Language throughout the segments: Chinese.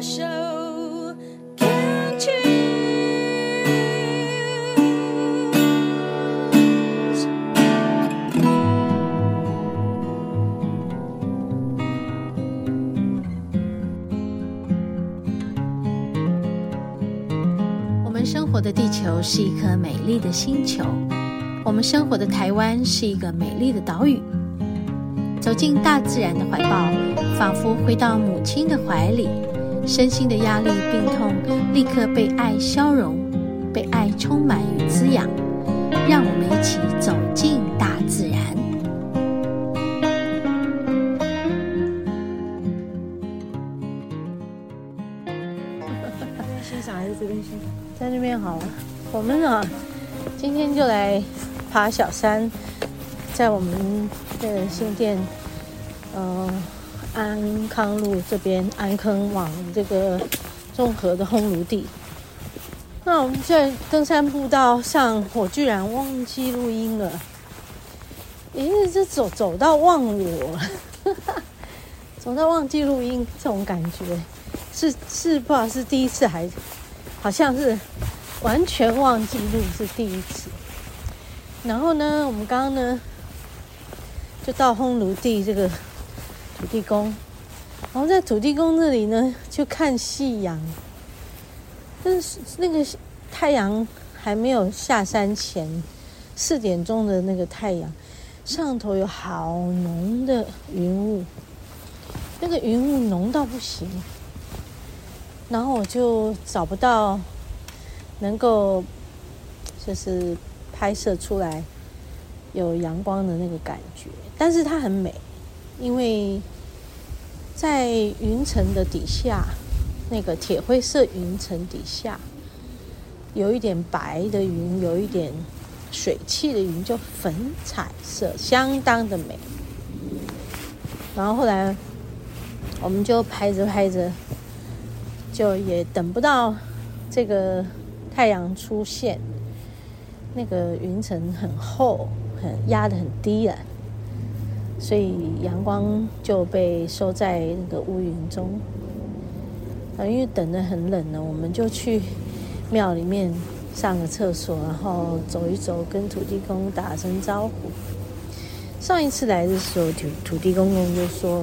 show. Can't choose. 我们生活的地球是一颗美丽的星球，我们生活的台湾是一个美丽的岛屿。走进大自然的怀抱，仿佛回到母亲的怀里，身心的压力病痛立刻被爱消融，被爱充满与滋养。让我们一起走进大自然。 欣赏还是这边欣赏？ 在那边好了。我们今天就来爬小山，在我们的新店安康路这边，安坑往这个中和的烘炉地。那我们在登山步道上，我居然忘记录音了，这走到忘我了，走到忘记录音，这种感觉是不知道是第一次，还好像是完全忘记录是第一次。然后呢，我们刚刚呢就到烘炉地这个土地公，然后在土地公这里呢就看夕阳。但是那个太阳还没有下山前，4点钟的那个太阳，上头有好浓的云雾，那个云雾浓到不行。然后我就找不到能够就是拍摄出来有阳光的那个感觉，但是它很美，因为在云层的底下，那个铁灰色云层底下有一点白的云，有一点水汽的云，就粉彩色，相当的美。然后后来我们就拍着就也等不到这个太阳出现，那个云层很厚，压得很低了，所以阳光就被收在那个乌云中。因为等得很冷了，我们就去庙里面上个厕所，然后走一走，跟土地公打声招呼。上一次来的时候，土地公公就说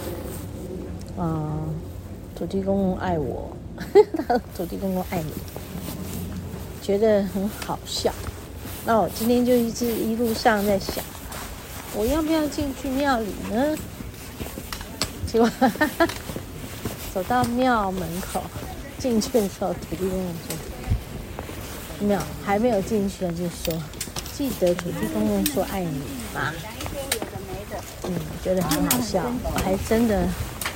土地公公爱我，土地公公爱你，觉得很好笑。那我今天就一路上在想，我要不要进去庙里呢？结果走到庙门口进去的时候，土地公公说，庙还没有进去就说，记得土地公公说爱你吗？觉得很好笑，我还真的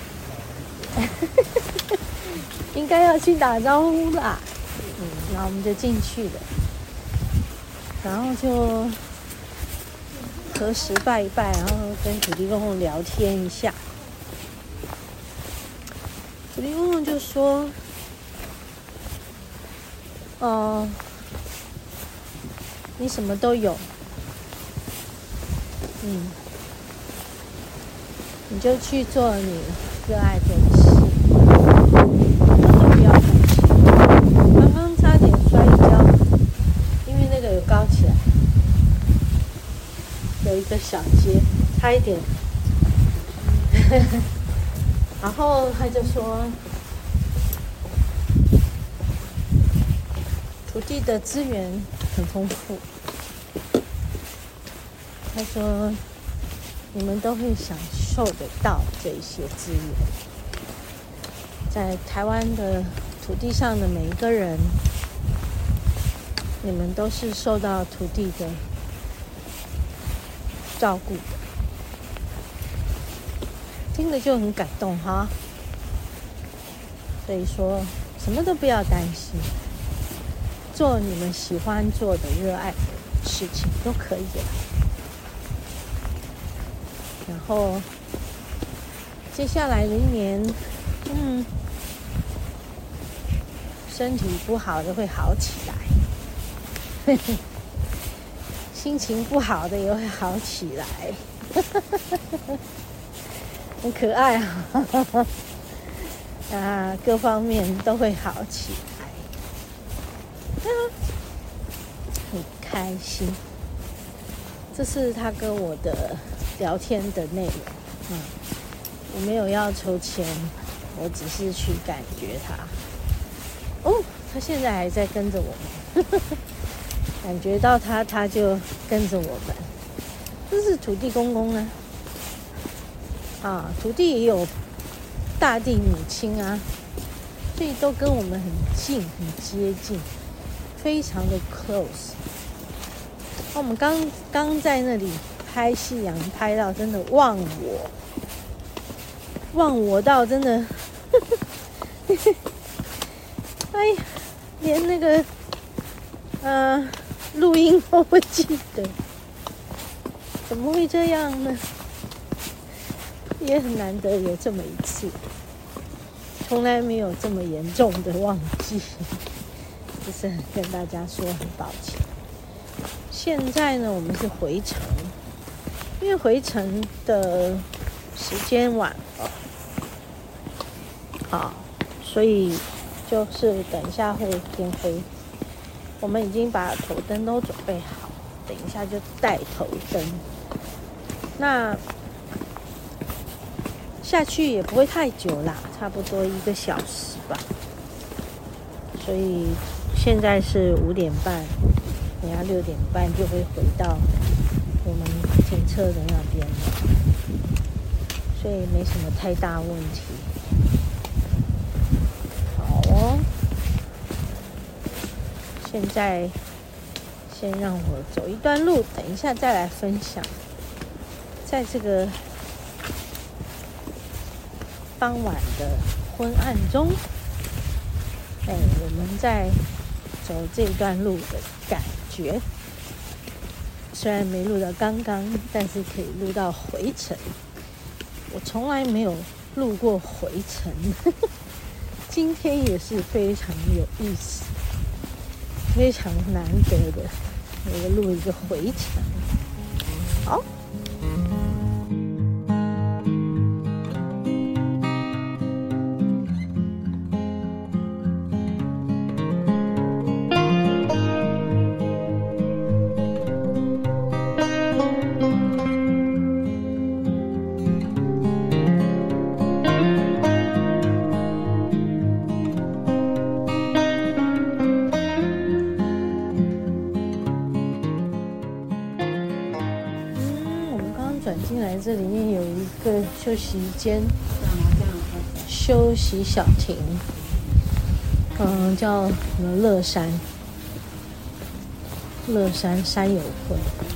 应该要去打招呼啦。然后我们就进去了，然后就合十拜一拜，然后跟土地公公聊天一下。土地公公就说你什么都有，你就去做你热爱做的事，都不要放弃。刚刚差点摔跤，因为那个有高起来，有一个小阶，差一点然后他就说，土地的资源很丰富，他说你们都会享受得到这些资源，在台湾的土地上的每一个人，你们都是受到土地的照顾的。听了就很感动哈，所以说什么都不要担心，做你们喜欢做的热爱的事情都可以了。然后接下来的一年，身体不好的会好起来，心情不好的也会好起来，很可爱啊。 各方面都会好起来，很开心。这是他跟我的聊天的内容，我没有要抽签，我只是去感觉他。他现在还在跟着我们，感觉到他就跟着我们。这是土地公公啊，土地也有大地母亲啊，所以都跟我们很近很接近，非常的 close。我们刚在那里拍夕阳，拍到真的忘我到真的哎呀，连那个录音都不记得，怎么会这样呢？也很难得有这么一次，从来没有这么严重的忘记，就是跟大家说很抱歉。现在呢，我们是回程，因为回程的时间晚了，所以就是等一下会天黑。我们已经把头灯都准备好，等一下就带头灯。那下去也不会太久啦，差不多1个小时吧。所以现在是5点半，等下6点半就会回到我们停车的那边了，所以没什么太大问题。好哦，现在先让我走一段路，等一下再来分享。在这个傍晚的昏暗中，我们在走这段路的感觉，虽然没录到刚刚，但是可以录到回程。我从来没有录过回程，今天也是非常有意思，非常难得的，我录一个回程。好。这里面有一个休息间，休息小亭，叫什么乐山山友会。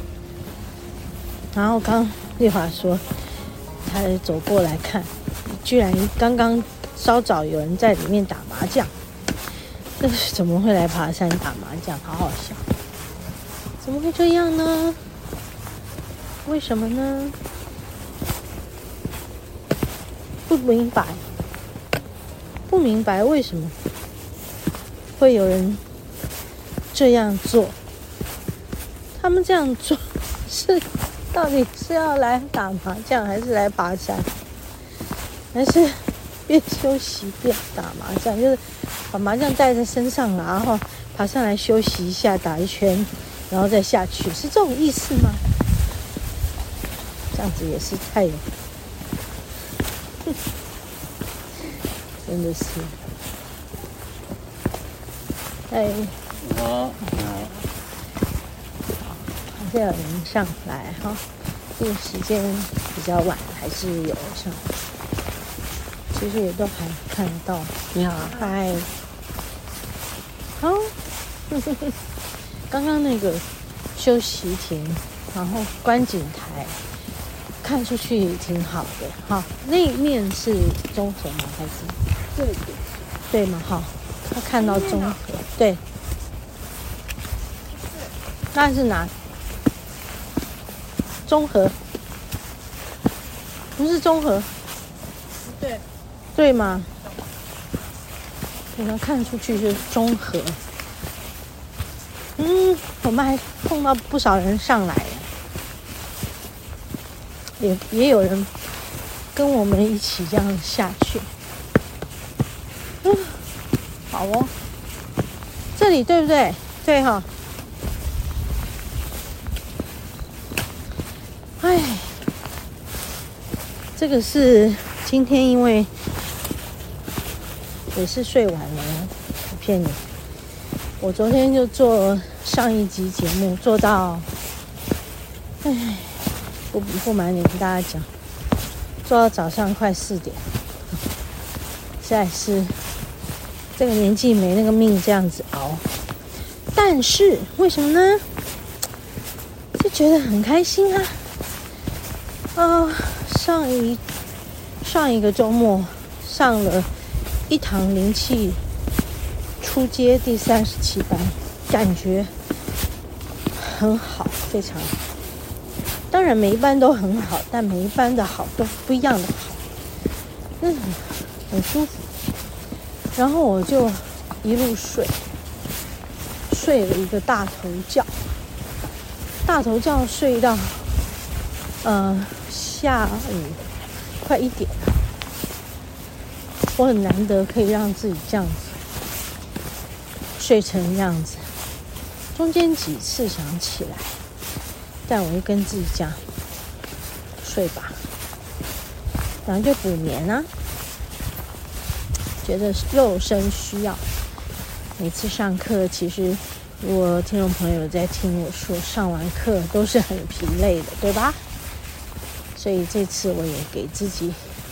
然后刚丽华说，他走过来看，居然刚刚稍早有人在里面打麻将，这怎么会来爬山打麻将？好好笑，怎么会这样呢？为什么呢？不明白为什么会有人这样做。他们这样做到底是要来打麻将，还是来爬山，还是边休息边打麻将？就是把麻将带在身上，然后爬上来休息一下，打一圈，然后再下去，是这种意思吗？这样子也是太有真的是，好，还是有人上来哈。这个时间比较晚，还是有人上来，其实也都还看得到。你好，嗨，好，刚刚那个休息亭，然后观景台。看出去也挺好的哈，那一面是中和吗？还是对吗？哈，他看到中和，对，那是哪？中和，不是中和，对吗？我们看出去就是中和，我们还碰到不少人上来。也有人跟我们一起这样下去， 好哦，这里对不对？对哈。哎，这个是今天因为也是睡晚了，不骗你。我昨天就做上一集节目，做到，不瞒你跟大家讲，做到早上快4点，实在是这个年纪没那个命这样子熬。但是为什么呢？就觉得很开心啊！上一个周末上了一堂灵气初阶第37班，感觉很好，非常好。当然每一班都很好，但每一班的好都不一样的好，很舒服。然后我就一路睡了一个大头觉，睡到下午快1点了。我很难得可以让自己这样子睡成这样子，中间几次想起来，但我会跟自己讲睡吧，然后就补眠啊，觉得肉身需要。每次上课，其实如果听众朋友在听我说，上完课都是很疲累的，对吧？所以这次我也给自己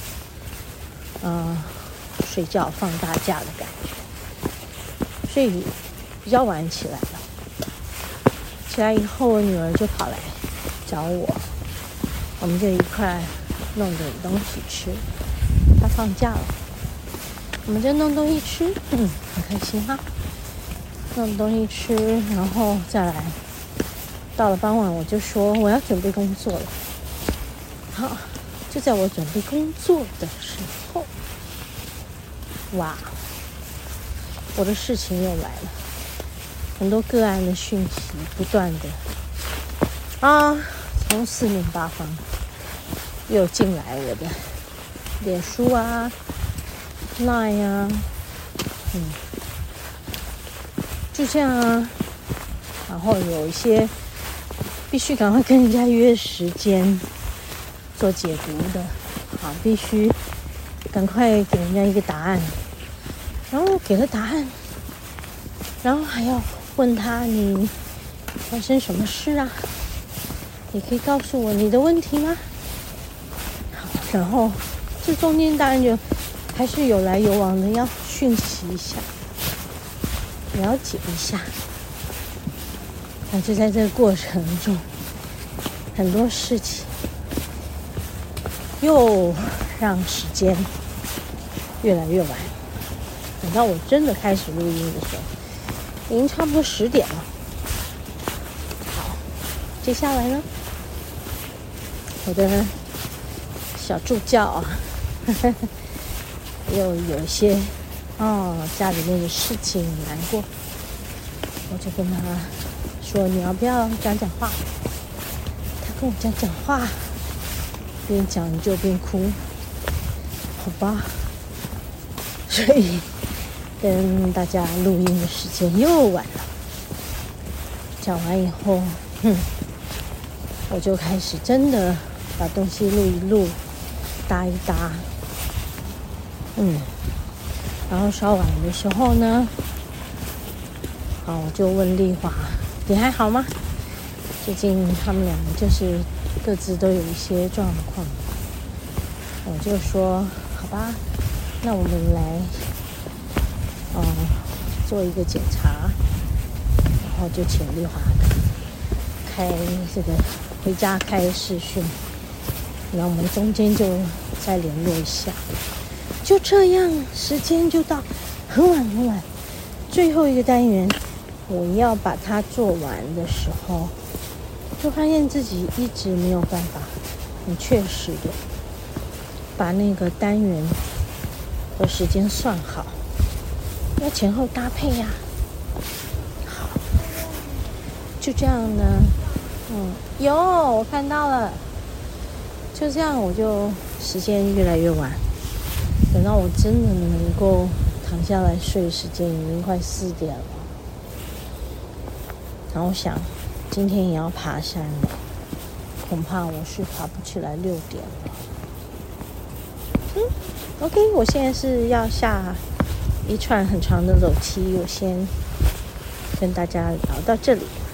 睡觉放大假的感觉，所以比较晚起来了。起来以后，我女儿就跑来找我们就一块弄点东西吃。她放假了，我们就弄东西吃，很开心哈。弄东西吃，然后再来，到了傍晚我就说我要准备工作了。好，就在我准备工作的时候，哇，我的事情又来了，很多个案的讯息不断的从四面八方又进来我的脸书啊、Line 啊，就这样啊。然后有一些必须赶快跟人家约时间做解读的，必须赶快给人家一个答案。然后给了答案，然后还要问他你发生什么事啊？你可以告诉我你的问题吗？好，然后这中间当然就还是有来有往的，要讯息一下，了解一下。那就在这个过程中，很多事情又让时间越来越晚。等到我真的开始录音的时候，已经差不多10点了。好，接下来呢，我的小助教又有一些家里面的事情难过，我就跟他说你要不要讲话？他跟我讲话，边讲就边哭，好吧？所以跟大家录音的时间又晚了。讲完以后，我就开始真的把东西录一录，搭一搭，然后稍晚的时候呢，我就问丽华，你还好吗？最近他们两个就是各自都有一些状况，我就说好吧，那我们来做一个检查，然后就请丽华开这个回家开视讯，然后我们中间就再联络一下，就这样时间就到很晚，最后一个单元我要把它做完的时候，就发现自己一直没有办法很确实的把那个单元的时间算好，要前后搭配呀。好，就这样呢，有我看到了，就这样我就时间越来越晚，等到我真的能够躺下来睡，时间已经快4点了。然后我想今天也要爬山了，恐怕我是爬不起来6点了。OK， 我现在是要下一串很长的楼梯，我先跟大家聊到这里。